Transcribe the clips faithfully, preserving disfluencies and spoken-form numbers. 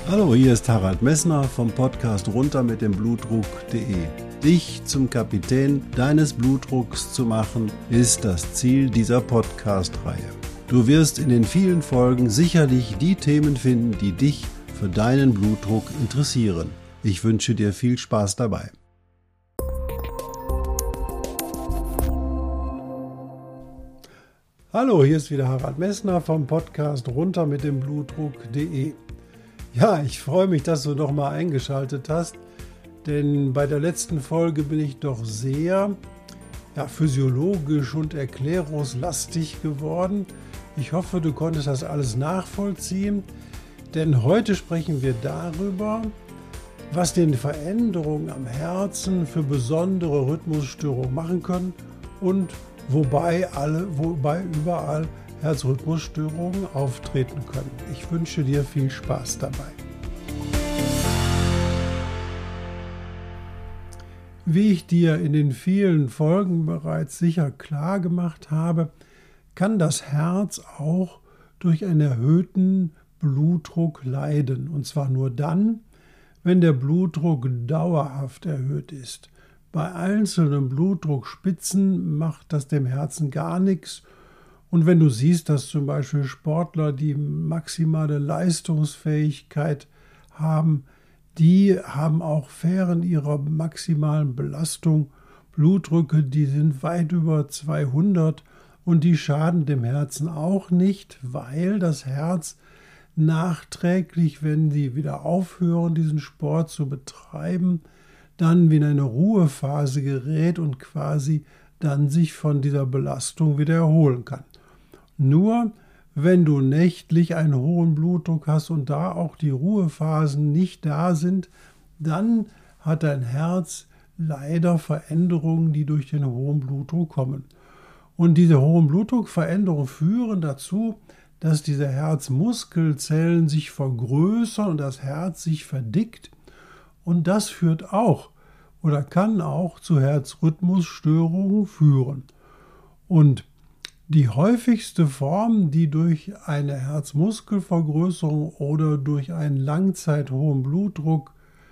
Hallo, hier ist Harald Messner vom Podcast runter mit dem Blutdruck punkt de. Dich zum Kapitän deines Blutdrucks zu machen, ist das Ziel dieser Podcast-Reihe. Du wirst in den vielen Folgen sicherlich die Themen finden, die dich für deinen Blutdruck interessieren. Ich wünsche dir viel Spaß dabei. Hallo, hier ist wieder Harald Messner vom Podcast runter mit dem Blutdruck punkt de. Ja, ich freue mich, dass du noch mal eingeschaltet hast, denn bei der letzten Folge bin ich doch sehr ja, physiologisch und erklärungslastig geworden. Ich hoffe, du konntest das alles nachvollziehen, denn heute sprechen wir darüber, was den Veränderungen am Herzen für besondere Rhythmusstörungen machen können und wobei, alle, wobei überall Herzrhythmusstörungen auftreten können. Ich wünsche dir viel Spaß dabei. Wie ich dir in den vielen Folgen bereits sicher klar gemacht habe, kann das Herz auch durch einen erhöhten Blutdruck leiden. Und zwar nur dann, wenn der Blutdruck dauerhaft erhöht ist. Bei einzelnen Blutdruckspitzen macht das dem Herzen gar nichts. Und wenn du siehst, dass zum Beispiel Sportler, die maximale Leistungsfähigkeit haben, die haben auch während ihrer maximalen Belastung Blutdrücke, die sind weit über zweihundert und die schaden dem Herzen auch nicht, weil das Herz nachträglich, wenn sie wieder aufhören, diesen Sport zu betreiben, dann wie in eine Ruhephase gerät und quasi dann sich von dieser Belastung wieder erholen kann. Nur wenn du nächtlich einen hohen Blutdruck hast und da auch die Ruhephasen nicht da sind, dann hat dein Herz leider Veränderungen, die durch den hohen Blutdruck kommen. Und diese hohen Blutdruckveränderungen führen dazu, dass diese Herzmuskelzellen sich vergrößern und das Herz sich verdickt. Und das führt auch oder kann auch zu Herzrhythmusstörungen führen. Und die häufigste Form, die durch eine Herzmuskelvergrößerung oder durch einen langzeithohen Blutdruck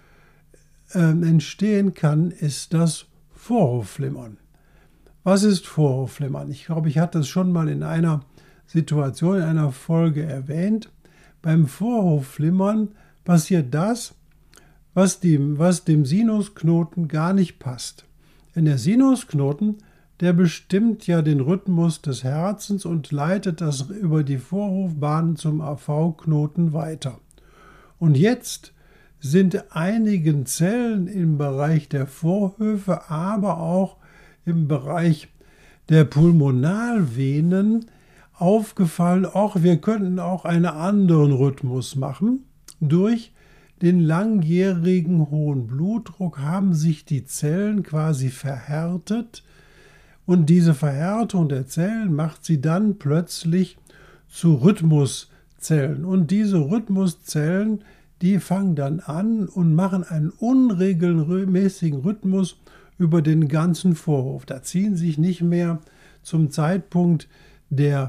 äh, entstehen kann, ist das Vorhofflimmern. Was ist Vorhofflimmern? Ich glaube, ich hatte es schon mal in einer Situation, in einer Folge erwähnt. Beim Vorhofflimmern passiert das, was dem, was dem Sinusknoten gar nicht passt. Denn der Sinusknoten, der bestimmt ja den Rhythmus des Herzens und leitet das über die Vorhofbahn zum A V-Knoten weiter. Und jetzt sind einigen Zellen im Bereich der Vorhöfe, aber auch im Bereich der Pulmonalvenen aufgefallen, auch wir könnten auch einen anderen Rhythmus machen. Durch den langjährigen hohen Blutdruck haben sich die Zellen quasi verhärtet. Und diese Verhärtung der Zellen macht sie dann plötzlich zu Rhythmuszellen. Und diese Rhythmuszellen, die fangen dann an und machen einen unregelmäßigen Rhythmus über den ganzen Vorhof. Da ziehen sich nicht mehr zum Zeitpunkt der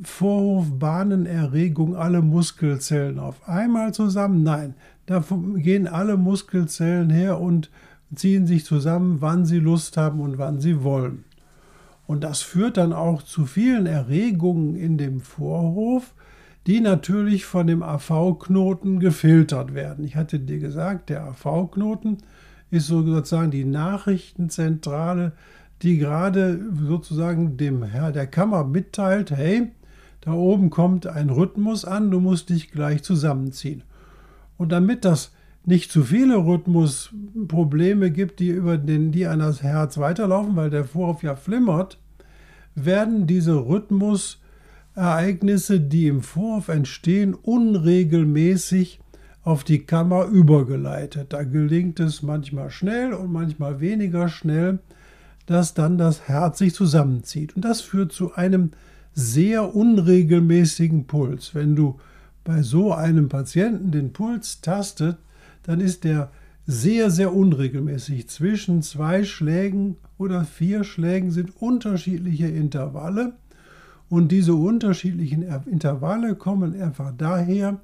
Vorhofbahnenerregung alle Muskelzellen auf einmal zusammen. Nein, da gehen alle Muskelzellen her und ziehen sich zusammen, wann sie Lust haben und wann sie wollen. Und das führt dann auch zu vielen Erregungen in dem Vorhof, die natürlich von dem A V-Knoten gefiltert werden. Ich hatte dir gesagt, der A V-Knoten ist sozusagen die Nachrichtenzentrale, die gerade sozusagen dem Herr der Kammer mitteilt, hey, da oben kommt ein Rhythmus an, du musst dich gleich zusammenziehen. Und damit das nicht zu viele Rhythmusprobleme gibt, die über den, die an das Herz weiterlaufen, weil der Vorhof ja flimmert, werden diese Rhythmusereignisse, die im Vorhof entstehen, unregelmäßig auf die Kammer übergeleitet. Da gelingt es manchmal schnell und manchmal weniger schnell, dass dann das Herz sich zusammenzieht. Und das führt zu einem sehr unregelmäßigen Puls. Wenn du bei so einem Patienten den Puls tastet, dann ist der sehr, sehr unregelmäßig. Zwischen zwei Schlägen oder vier Schlägen sind unterschiedliche Intervalle. Und diese unterschiedlichen Intervalle kommen einfach daher,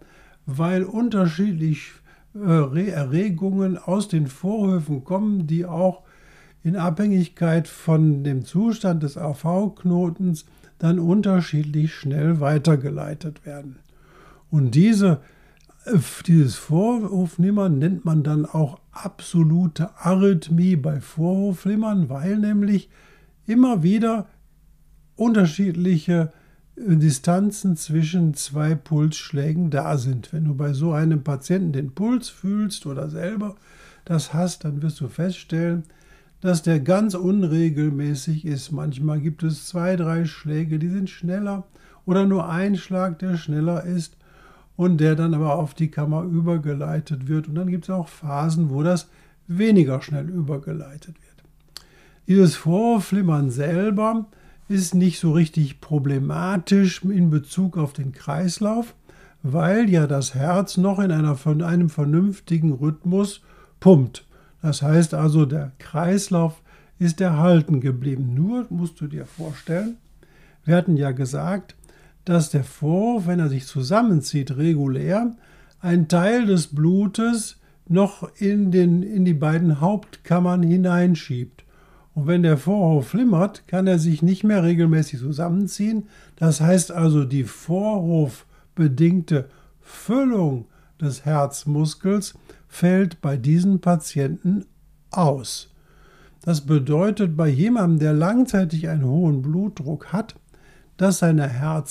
weil unterschiedlich äh, Erregungen aus den Vorhöfen kommen, die auch in Abhängigkeit von dem Zustand des A V-Knotens dann unterschiedlich schnell weitergeleitet werden. Und diese, dieses Vorhofflimmern nennt man dann auch absolute Arrhythmie bei Vorhofflimmern, weil nämlich immer wieder unterschiedliche Distanzen zwischen zwei Pulsschlägen da sind. Wenn du bei so einem Patienten den Puls fühlst oder selber das hast, dann wirst du feststellen, dass der ganz unregelmäßig ist. Manchmal gibt es zwei, drei Schläge, die sind schneller oder nur ein Schlag, der schneller ist und der dann aber auf die Kammer übergeleitet wird. Und dann gibt es auch Phasen, wo das weniger schnell übergeleitet wird. Dieses Vorhofflimmern selber ist nicht so richtig problematisch in Bezug auf den Kreislauf, weil ja das Herz noch in einer, von einem vernünftigen Rhythmus pumpt. Das heißt also, der Kreislauf ist erhalten geblieben. Nur musst du dir vorstellen, wir hatten ja gesagt, dass der Vorhof, wenn er sich zusammenzieht regulär, einen Teil des Blutes noch in, den, in die beiden Hauptkammern hineinschiebt. Und wenn der Vorhof flimmert, kann er sich nicht mehr regelmäßig zusammenziehen. Das heißt also, die vorhofbedingte Füllung des Herzmuskels fällt bei diesen Patienten aus. Das bedeutet bei jemandem, der langzeitig einen hohen Blutdruck hat, dass seine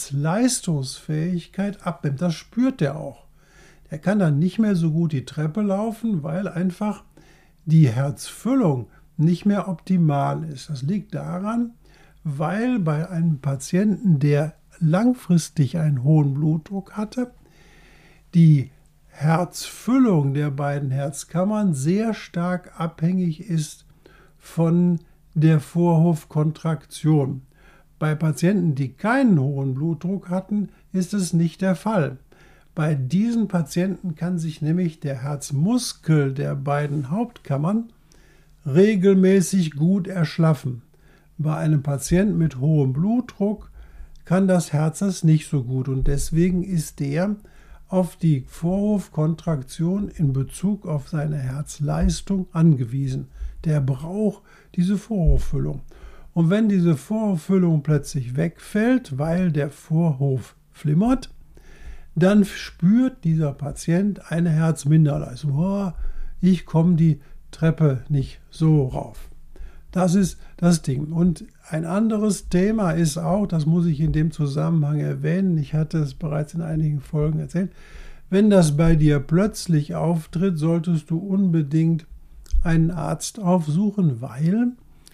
Herzleistungsfähigkeit abnimmt. Das spürt er auch. Er kann dann nicht mehr so gut die Treppe laufen, weil einfach die Herzfüllung nicht mehr optimal ist. Das liegt daran, weil bei einem Patienten, der langfristig einen hohen Blutdruck hatte, die Herzfüllung der beiden Herzkammern sehr stark abhängig ist von der Vorhofkontraktion. Bei Patienten, die keinen hohen Blutdruck hatten, ist es nicht der Fall. Bei diesen Patienten kann sich nämlich der Herzmuskel der beiden Hauptkammern regelmäßig gut erschlaffen. Bei einem Patienten mit hohem Blutdruck kann das Herz das nicht so gut und deswegen ist der auf die Vorhofkontraktion in Bezug auf seine Herzleistung angewiesen. Der braucht diese Vorhoffüllung. Und wenn diese Vorhoffüllung plötzlich wegfällt, weil der Vorhof flimmert, dann spürt dieser Patient eine Herzminderleistung. Oh, ich komme die Treppe nicht so rauf. Das ist das Ding. Und ein anderes Thema ist auch, das muss ich in dem Zusammenhang erwähnen, ich hatte es bereits in einigen Folgen erzählt, wenn das bei dir plötzlich auftritt, solltest du unbedingt einen Arzt aufsuchen, weil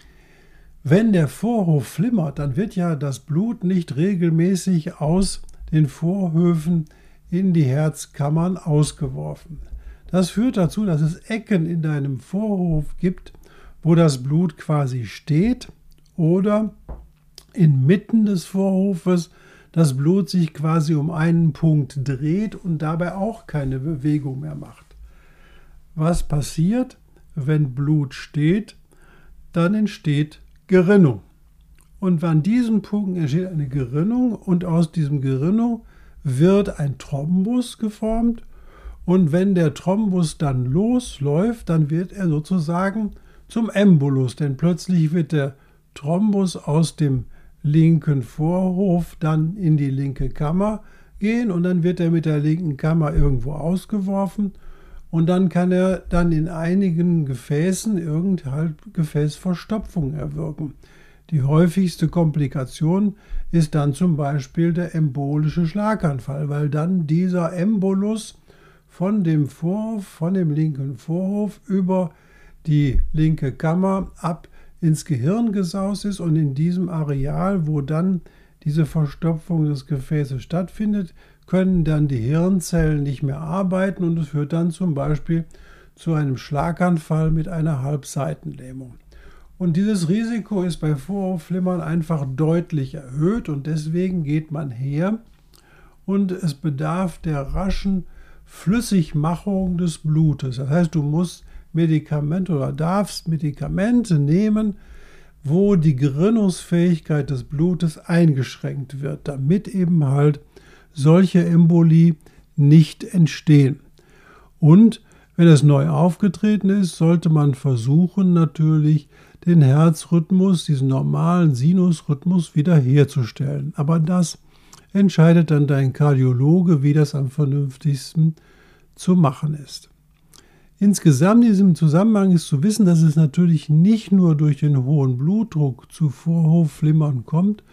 wenn der Vorhof flimmert, dann wird ja das Blut nicht regelmäßig aus den Vorhöfen in die Herzkammern ausgeworfen. Das führt dazu, dass es Ecken in deinem Vorhof gibt, wo das Blut quasi steht oder inmitten des Vorhofes das Blut sich quasi um einen Punkt dreht und dabei auch keine Bewegung mehr macht. Was passiert, wenn Blut steht? Dann entsteht Gerinnung. Und an diesem Punkt entsteht eine Gerinnung und aus diesem Gerinnung wird ein Thrombus geformt. Und wenn der Thrombus dann losläuft, dann wird er sozusagen zum Embolus, denn plötzlich wird der Thrombus aus dem linken Vorhof dann in die linke Kammer gehen und dann wird er mit der linken Kammer irgendwo ausgeworfen und dann kann er dann in einigen Gefäßen irgendeine Gefäßverstopfung erwirken. Die häufigste Komplikation ist dann zum Beispiel der embolische Schlaganfall, weil dann dieser Embolus von dem Vorhof, von dem linken Vorhof über die linke Kammer ab ins Gehirn gesaust ist und in diesem Areal, wo dann diese Verstopfung des Gefäßes stattfindet, können dann die Hirnzellen nicht mehr arbeiten und es führt dann zum Beispiel zu einem Schlaganfall mit einer Halbseitenlähmung. Und dieses Risiko ist bei Vorhofflimmern einfach deutlich erhöht und deswegen geht man her und es bedarf der raschen Flüssigmachung des Blutes. Das heißt, du musst Medikamente oder darfst Medikamente nehmen, wo die Gerinnungsfähigkeit des Blutes eingeschränkt wird, damit eben halt solche Embolie nicht entstehen. Und wenn es neu aufgetreten ist, sollte man versuchen, natürlich den Herzrhythmus, diesen normalen Sinusrhythmus wiederherzustellen. Aber das entscheidet dann dein Kardiologe, wie das am vernünftigsten zu machen ist. Insgesamt in diesem Zusammenhang ist zu wissen, dass es natürlich nicht nur durch den hohen Blutdruck zu Vorhofflimmern kommt,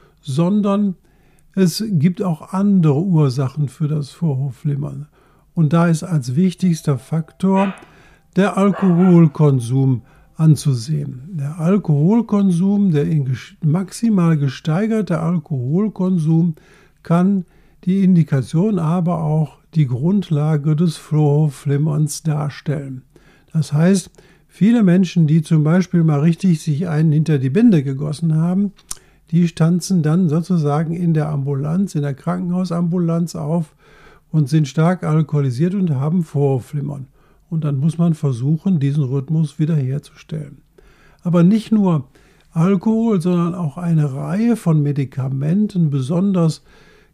sondern es gibt auch andere Ursachen für das Vorhofflimmern. Und da ist als wichtigster Faktor der Alkoholkonsum anzusehen. Der Alkoholkonsum, der maximal gesteigerte Alkoholkonsum kann die Indikation, aber auch die Grundlage des Vorhofflimmerns darstellen. Das heißt, viele Menschen, die zum Beispiel mal richtig sich einen hinter die Binde gegossen haben, die stanzen dann sozusagen in der Ambulanz, in der Krankenhausambulanz auf und sind stark alkoholisiert und haben Vorhofflimmern. Und dann muss man versuchen, diesen Rhythmus wiederherzustellen. Aber nicht nur Alkohol, sondern auch eine Reihe von Medikamenten, besonders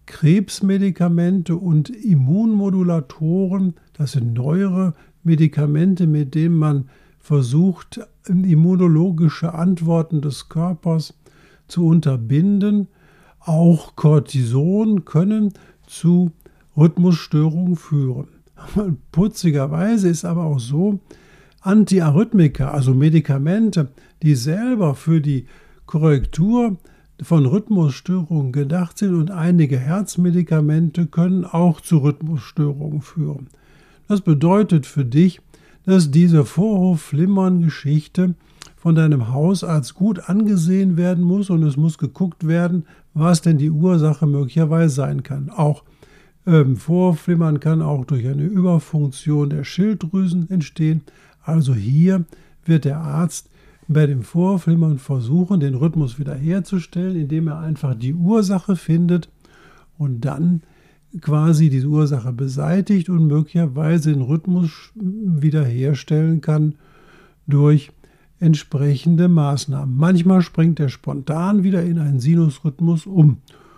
Krebsmedikamente und Immunmodulatoren, das sind neuere Medikamente, mit denen man versucht, immunologische Antworten des Körpers zu unterbinden. Auch Cortison können zu Rhythmusstörungen führen. Putzigerweise ist aber auch so, Antiarrhythmika, also Medikamente, die selber für die Korrektur von Rhythmusstörungen gedacht sind und einige Herzmedikamente können auch zu Rhythmusstörungen führen. Das bedeutet für dich, dass diese Vorhofflimmern-Geschichte von deinem Hausarzt gut angesehen werden muss und es muss geguckt werden, was denn die Ursache möglicherweise sein kann. Auch ähm, Vorhofflimmern kann auch durch eine Überfunktion der Schilddrüsen entstehen. Also hier wird der Arzt bei dem Vorhofflimmern versuchen, den Rhythmus wiederherzustellen, indem er einfach die Ursache findet und dann quasi diese Ursache beseitigt und möglicherweise den Rhythmus wiederherstellen kann durch entsprechende Maßnahmen. Manchmal springt er spontan wieder in einen Sinusrhythmus um.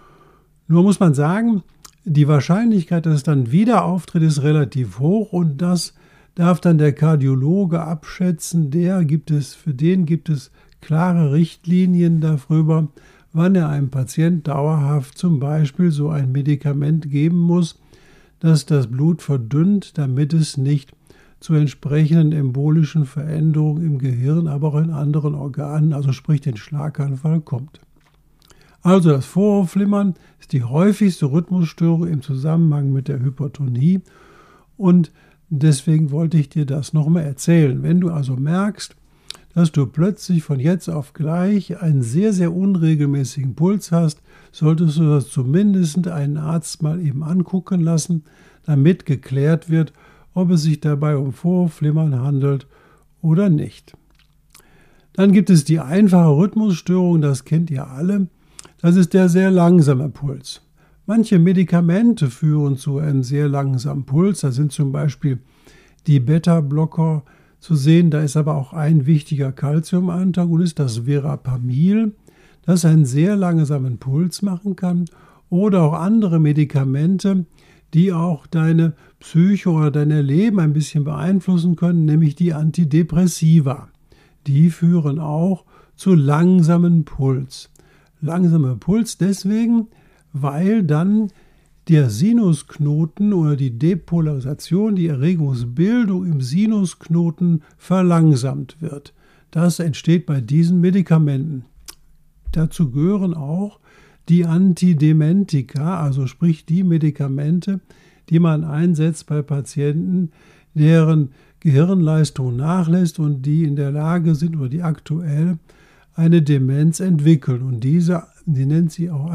Nur muss man sagen, die Wahrscheinlichkeit, dass es dann wieder auftritt, ist relativ hoch und das darf dann der Kardiologe abschätzen. Der gibt es, für den gibt es klare Richtlinien darüber, wann er einem Patient dauerhaft zum Beispiel so ein Medikament geben muss, das das Blut verdünnt, damit es nicht zu entsprechenden embolischen Veränderungen im Gehirn, aber auch in anderen Organen, also sprich den Schlaganfall, kommt. Also das Vorhofflimmern ist die häufigste Rhythmusstörung im Zusammenhang mit der Hypertonie und deswegen wollte ich dir das nochmal erzählen. Wenn du also merkst, dass du plötzlich von jetzt auf gleich einen sehr, sehr unregelmäßigen Puls hast, solltest du das zumindest einen Arzt mal eben angucken lassen, damit geklärt wird, ob es sich dabei um Vorhofflimmern handelt oder nicht. Dann gibt es die einfache Rhythmusstörung, das kennt ihr alle. Das ist der sehr langsame Puls. Manche Medikamente führen zu einem sehr langsamen Puls. Da sind zum Beispiel die Beta-Blocker zu sehen. Da ist aber auch ein wichtiger Calcium-Antagonist, das Verapamil, das einen sehr langsamen Puls machen kann. Oder auch andere Medikamente, die auch deine Psyche oder dein Leben ein bisschen beeinflussen können, nämlich die Antidepressiva. Die führen auch zu langsamem Puls. Langsamer Puls deswegen, weil dann der Sinusknoten oder die Depolarisation, die Erregungsbildung im Sinusknoten verlangsamt wird. Das entsteht bei diesen Medikamenten. Dazu gehören auch die Antidementika, also sprich die Medikamente, die man einsetzt bei Patienten, deren Gehirnleistung nachlässt und die in der Lage sind oder die aktuell eine Demenz entwickeln. Und diese, die nennt sie auch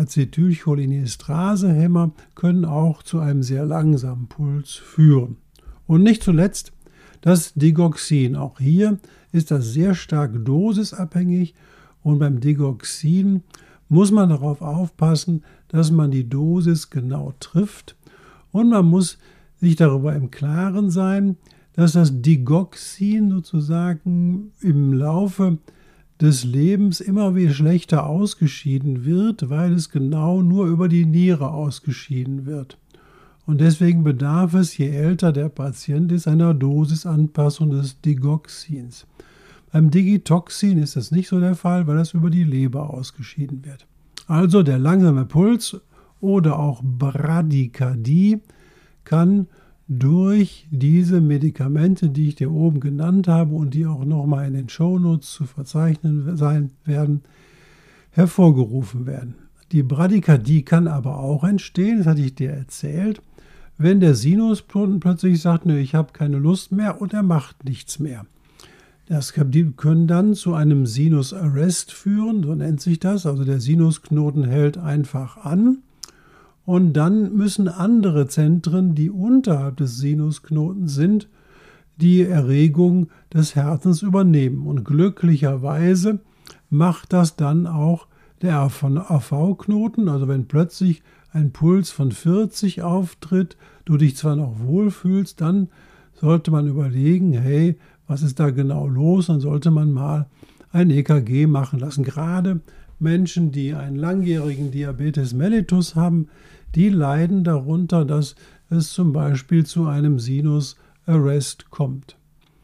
Acetylcholinesterase-Hämmer, können auch zu einem sehr langsamen Puls führen. Und nicht zuletzt das Digoxin. Auch hier ist das sehr stark dosisabhängig und beim Digoxin muss man darauf aufpassen, dass man die Dosis genau trifft und man muss sich darüber im Klaren sein, dass das Digoxin sozusagen im Laufe des Lebens immer wieder schlechter ausgeschieden wird, weil es genau nur über die Niere ausgeschieden wird. Und deswegen bedarf es, je älter der Patient ist, einer Dosisanpassung des Digoxins. Beim Digitoxin ist das nicht so der Fall, weil das über die Leber ausgeschieden wird. Also der langsame Puls oder auch Bradykardie kann durch diese Medikamente, die ich dir oben genannt habe und die auch nochmal in den Shownotes zu verzeichnen sein werden, hervorgerufen werden. Die Bradykardie kann aber auch entstehen, das hatte ich dir erzählt, wenn der Sinusknoten plötzlich sagt, ne, ich habe keine Lust mehr und er macht nichts mehr. Das die können dann zu einem Sinus Arrest führen, so nennt sich das. Also der Sinusknoten hält einfach an und dann müssen andere Zentren, die unterhalb des Sinusknotens sind, die Erregung des Herzens übernehmen. Und glücklicherweise macht das dann auch der A V-Knoten, also wenn plötzlich ein Puls von vierzig auftritt, du dich zwar noch wohlfühlst, dann sollte man überlegen, hey, was ist da genau los? Dann sollte man mal ein E K G machen lassen. Gerade Menschen, die einen langjährigen Diabetes mellitus haben, die leiden darunter, dass es zum Beispiel zu einem Sinus Arrest kommt.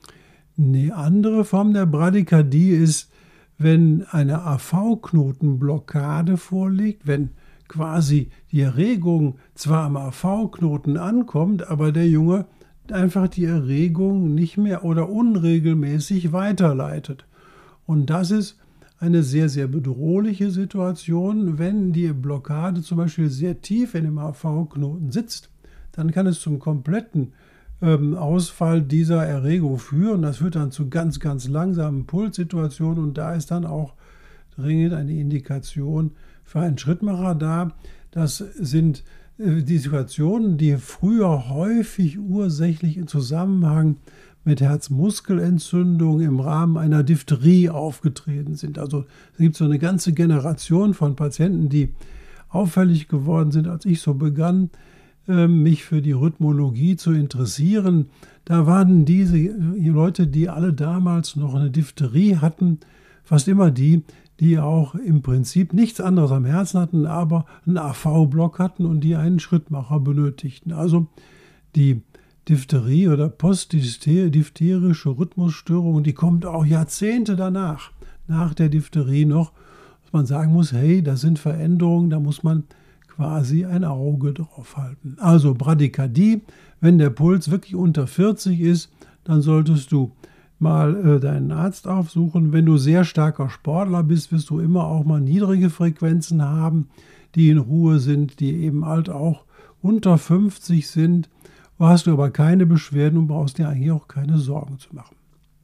Eine andere Form der Bradykardie ist, wenn eine A V-Knotenblockade vorliegt, wenn quasi die Erregung zwar am A V-Knoten ankommt, aber der Junge einfach die Erregung nicht mehr oder unregelmäßig weiterleitet. Und das ist eine sehr, sehr bedrohliche Situation. Wenn die Blockade zum Beispiel sehr tief in dem A V-Knoten sitzt, dann kann es zum kompletten ähm, Ausfall dieser Erregung führen. Das führt dann zu ganz, ganz langsamen Pulssituationen und da ist dann auch dringend eine Indikation für einen Schrittmacher da. Das sind die Situationen, die früher häufig ursächlich im Zusammenhang mit Herzmuskelentzündung im Rahmen einer Diphtherie aufgetreten sind. Also es gibt so eine ganze Generation von Patienten, die auffällig geworden sind, als ich so begann, mich für die Rhythmologie zu interessieren. Da waren diese Leute, die alle damals noch eine Diphtherie hatten, fast immer die, die auch im Prinzip nichts anderes am Herzen hatten, aber einen A V-Block hatten und die einen Schrittmacher benötigten. Also die Diphtherie oder postdiphtherische Rhythmusstörung, die kommt auch Jahrzehnte danach, nach der Diphtherie noch, dass man sagen muss, hey, das sind Veränderungen, da muss man quasi ein Auge drauf halten. Also Bradykardie, wenn der Puls wirklich unter vierzig ist, dann solltest du mal äh, deinen Arzt aufsuchen. Wenn du sehr starker Sportler bist, wirst du immer auch mal niedrige Frequenzen haben, die in Ruhe sind, die eben halt auch unter fünfzig sind. Hast du aber keine Beschwerden und brauchst dir eigentlich auch keine Sorgen zu machen.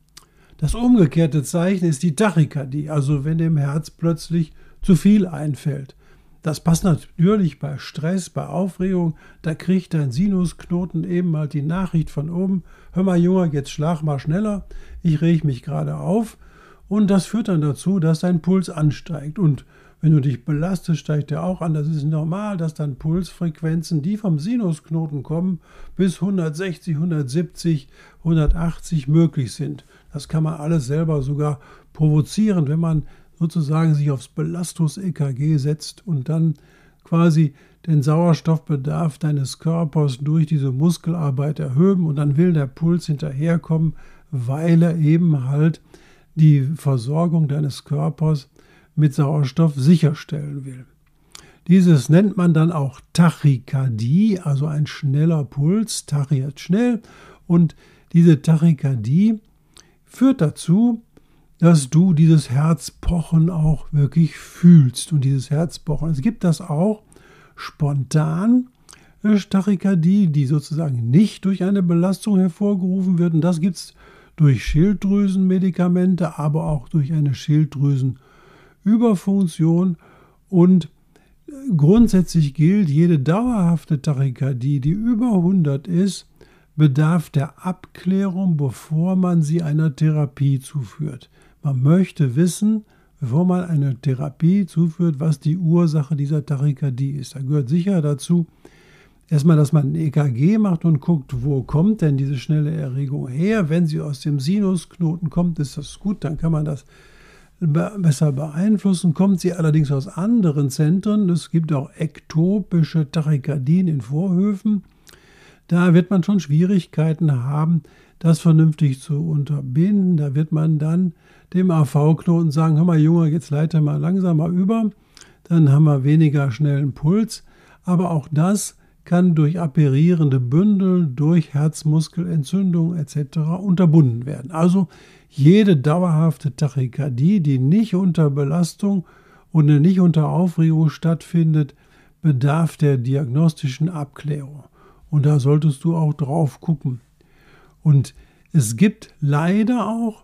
Das umgekehrte Zeichen ist die Tachykardie, also wenn dem Herz plötzlich zu viel einfällt. Das passt natürlich bei Stress, bei Aufregung. Da kriegt dein Sinusknoten eben halt die Nachricht von oben: Hör mal, Junge, jetzt schlag mal schneller. Ich reg mich gerade auf. Und das führt dann dazu, dass dein Puls ansteigt. Und wenn du dich belastest, steigt der auch an. Das ist normal, dass dann Pulsfrequenzen, die vom Sinusknoten kommen, bis hundertsechzig, hundertsiebzig, hundertachtzig möglich sind. Das kann man alles selber sogar provozieren, wenn man sozusagen sich aufs Belastungs-E K G setzt und dann quasi den Sauerstoffbedarf deines Körpers durch diese Muskelarbeit erhöhen und dann will der Puls hinterherkommen, weil er eben halt die Versorgung deines Körpers mit Sauerstoff sicherstellen will. Dieses nennt man dann auch Tachykardie, also ein schneller Puls, Tachy ist schnell, und diese Tachykardie führt dazu, dass du dieses Herzpochen auch wirklich fühlst. Und dieses Herzpochen, es gibt das auch spontan, Tachykardie, die sozusagen nicht durch eine Belastung hervorgerufen wird. Und das gibt es durch Schilddrüsenmedikamente, aber auch durch eine Schilddrüsenüberfunktion. Und grundsätzlich gilt, jede dauerhafte Tachykardie, die über hundert ist, bedarf der Abklärung, bevor man sie einer Therapie zuführt. Man möchte wissen, bevor man eine Therapie zuführt, was die Ursache dieser Tachykardie ist. Da gehört sicher dazu, erstmal, dass man ein E K G macht und guckt, wo kommt denn diese schnelle Erregung her. Wenn sie aus dem Sinusknoten kommt, ist das gut, dann kann man das besser beeinflussen. Kommt sie allerdings aus anderen Zentren, es gibt auch ektopische Tachykardien in Vorhöfen, da wird man schon Schwierigkeiten haben, das vernünftig zu unterbinden. Da wird man dann dem A V-Knoten sagen, hör mal Junge, jetzt leite mal langsamer über, dann haben wir weniger schnellen Puls. Aber auch das kann durch apperierende Bündel, durch Herzmuskelentzündung et cetera unterbunden werden. Also jede dauerhafte Tachykardie, die nicht unter Belastung und nicht unter Aufregung stattfindet, bedarf der diagnostischen Abklärung. Und da solltest du auch drauf gucken. Und es gibt leider auch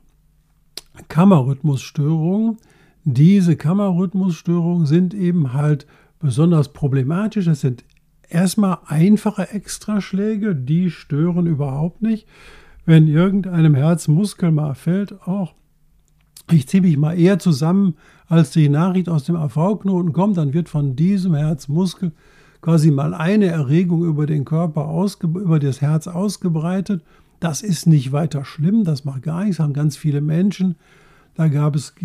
Kammerrhythmusstörungen. Diese Kammerrhythmusstörungen sind eben halt besonders problematisch. Das sind erstmal einfache Extraschläge, die stören überhaupt nicht. Wenn irgendeinem Herzmuskel mal fällt, auch ich ziehe mich mal eher zusammen, als die Nachricht aus dem A V-Knoten kommt, dann wird von diesem Herzmuskel quasi mal eine Erregung über den Körper, ausge, über das Herz ausgebreitet. Das ist nicht weiter schlimm, das macht gar nichts, haben ganz viele Menschen. Da gab es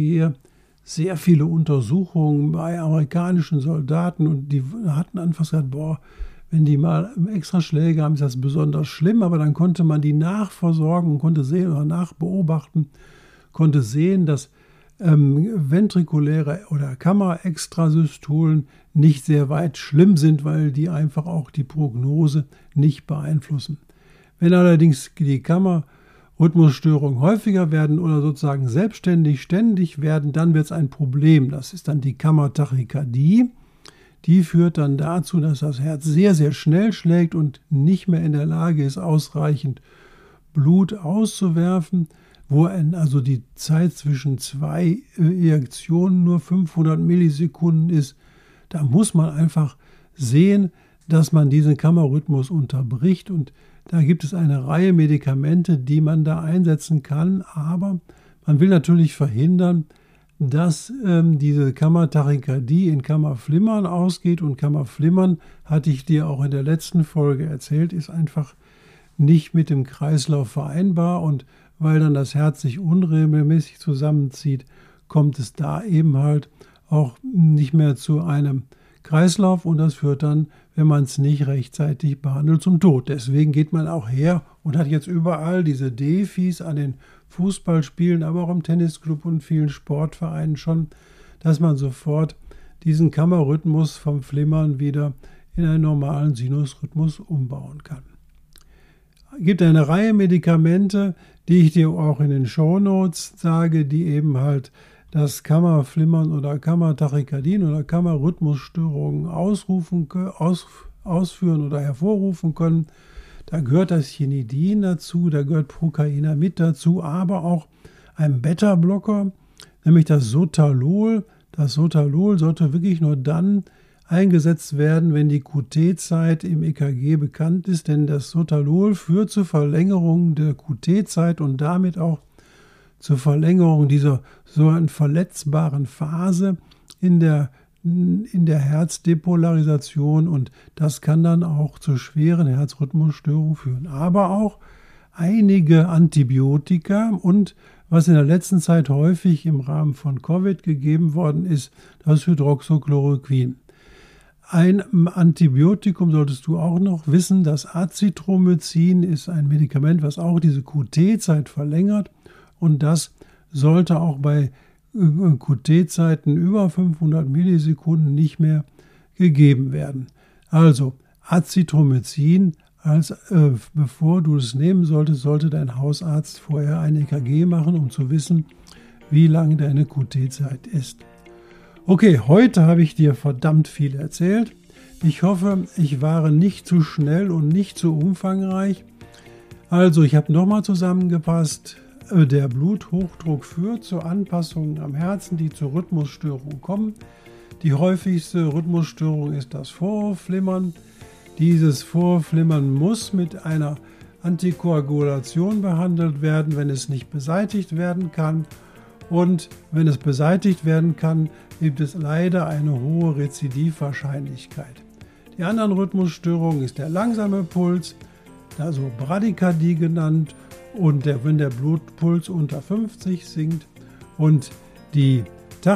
sehr viele Untersuchungen bei amerikanischen Soldaten und die hatten einfach gesagt, boah, wenn die mal Extraschläge haben, ist das besonders schlimm, aber dann konnte man die nachversorgen und konnte sehen oder nachbeobachten, konnte sehen, dass ähm, ventrikuläre oder Kammerextrasystolen nicht sehr weit schlimm sind, weil die einfach auch die Prognose nicht beeinflussen. Wenn allerdings die Kammerrhythmusstörungen häufiger werden oder sozusagen selbstständig, ständig werden, dann wird es ein Problem. Das ist dann die Kammertachykardie. Die führt dann dazu, dass das Herz sehr, sehr schnell schlägt und nicht mehr in der Lage ist, ausreichend Blut auszuwerfen, wo also die Zeit zwischen zwei Ejektionen nur fünfhundert Millisekunden ist. Da muss man einfach sehen, dass man diesen Kammerrhythmus unterbricht und da gibt es eine Reihe Medikamente, die man da einsetzen kann, aber man will natürlich verhindern, dass ähm, diese Kammertachykardie in Kammerflimmern ausgeht und Kammerflimmern, hatte ich dir auch in der letzten Folge erzählt, ist einfach nicht mit dem Kreislauf vereinbar und weil dann das Herz sich unregelmäßig zusammenzieht, kommt es da eben halt auch nicht mehr zu einem Kreislauf und das führt dann, wenn man es nicht rechtzeitig behandelt, zum Tod. Deswegen geht man auch her und hat jetzt überall diese Defis an den Fußballspielen, aber auch im Tennisclub und vielen Sportvereinen schon, dass man sofort diesen Kammerrhythmus vom Flimmern wieder in einen normalen Sinusrhythmus umbauen kann. Es gibt eine Reihe Medikamente, die ich dir auch in den Shownotes sage, die eben halt das Kammerflimmern oder Kammertachykardien oder Kammerrhythmusstörungen ausrufen, aus, ausführen oder hervorrufen können. Da gehört das Chinidin dazu, da gehört Procainamid dazu, aber auch ein Beta-Blocker, nämlich das Sotalol. Das Sotalol sollte wirklich nur dann eingesetzt werden, wenn die Q T-Zeit im E K G bekannt ist, denn das Sotalol führt zur Verlängerung der Q T-Zeit und damit auch zur Verlängerung dieser sogenannten verletzbaren Phase in der, in der Herzdepolarisation und das kann dann auch zu schweren Herzrhythmusstörungen führen. Aber auch einige Antibiotika und was in der letzten Zeit häufig im Rahmen von Covid gegeben worden ist, das Hydroxychloroquin. Ein Antibiotikum solltest du auch noch wissen, das Azithromycin ist ein Medikament, was auch diese Q T-Zeit verlängert. Und das sollte auch bei Q T-Zeiten über fünfhundert Millisekunden nicht mehr gegeben werden. Also Azithromycin, als, äh, bevor du es nehmen solltest, sollte dein Hausarzt vorher ein E K G machen, um zu wissen, wie lang deine Q T-Zeit ist. Okay, heute habe ich dir verdammt viel erzählt. Ich hoffe, ich war nicht zu schnell und nicht zu umfangreich. Also, ich habe nochmal zusammengefasst. Der Bluthochdruck führt zu Anpassungen am Herzen, die zur Rhythmusstörung kommen. Die häufigste Rhythmusstörung ist das Vorhofflimmern. Dieses Vorhofflimmern muss mit einer Antikoagulation behandelt werden, wenn es nicht beseitigt werden kann. Und wenn es beseitigt werden kann, gibt es leider eine hohe Rezidivwahrscheinlichkeit. Die anderen Rhythmusstörungen ist der langsame Puls, also Bradykardie genannt, und der, wenn der Blutpuls unter fünfzig sinkt und die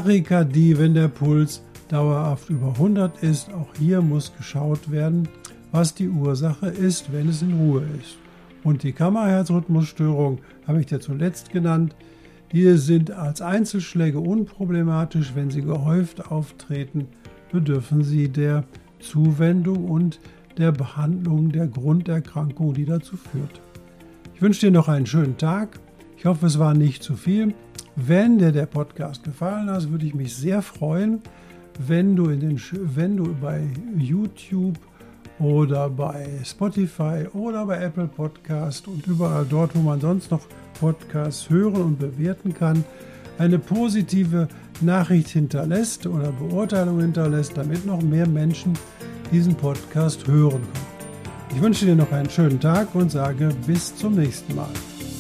Tachykardie, wenn der Puls dauerhaft über hundert ist. Auch hier muss geschaut werden, was die Ursache ist, wenn es in Ruhe ist. Und die Kammerherzrhythmusstörungen habe ich dir zuletzt genannt. Die sind als Einzelschläge unproblematisch. Wenn sie gehäuft auftreten, bedürfen sie der Zuwendung und der Behandlung der Grunderkrankung, die dazu führt. Ich wünsche dir noch einen schönen Tag. Ich hoffe, es war nicht zu viel. Wenn dir der Podcast gefallen hat, würde ich mich sehr freuen, wenn du, in den, wenn du bei YouTube oder bei Spotify oder bei Apple Podcast und überall dort, wo man sonst noch Podcasts hören und bewerten kann, eine positive Nachricht hinterlässt oder Beurteilung hinterlässt, damit noch mehr Menschen diesen Podcast hören können. Ich wünsche dir noch einen schönen Tag und sage bis zum nächsten Mal.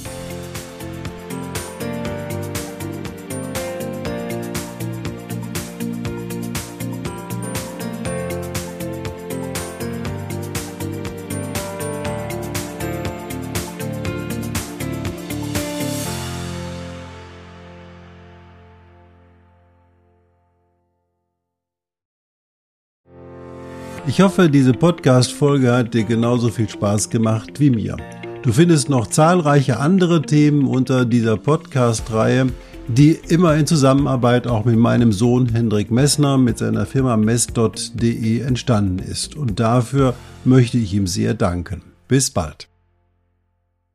Ich hoffe, diese Podcast-Folge hat dir genauso viel Spaß gemacht wie mir. Du findest noch zahlreiche andere Themen unter dieser Podcast-Reihe, die immer in Zusammenarbeit auch mit meinem Sohn Hendrik Messner mit seiner Firma mess punkt de entstanden ist. Und dafür möchte ich ihm sehr danken. Bis bald.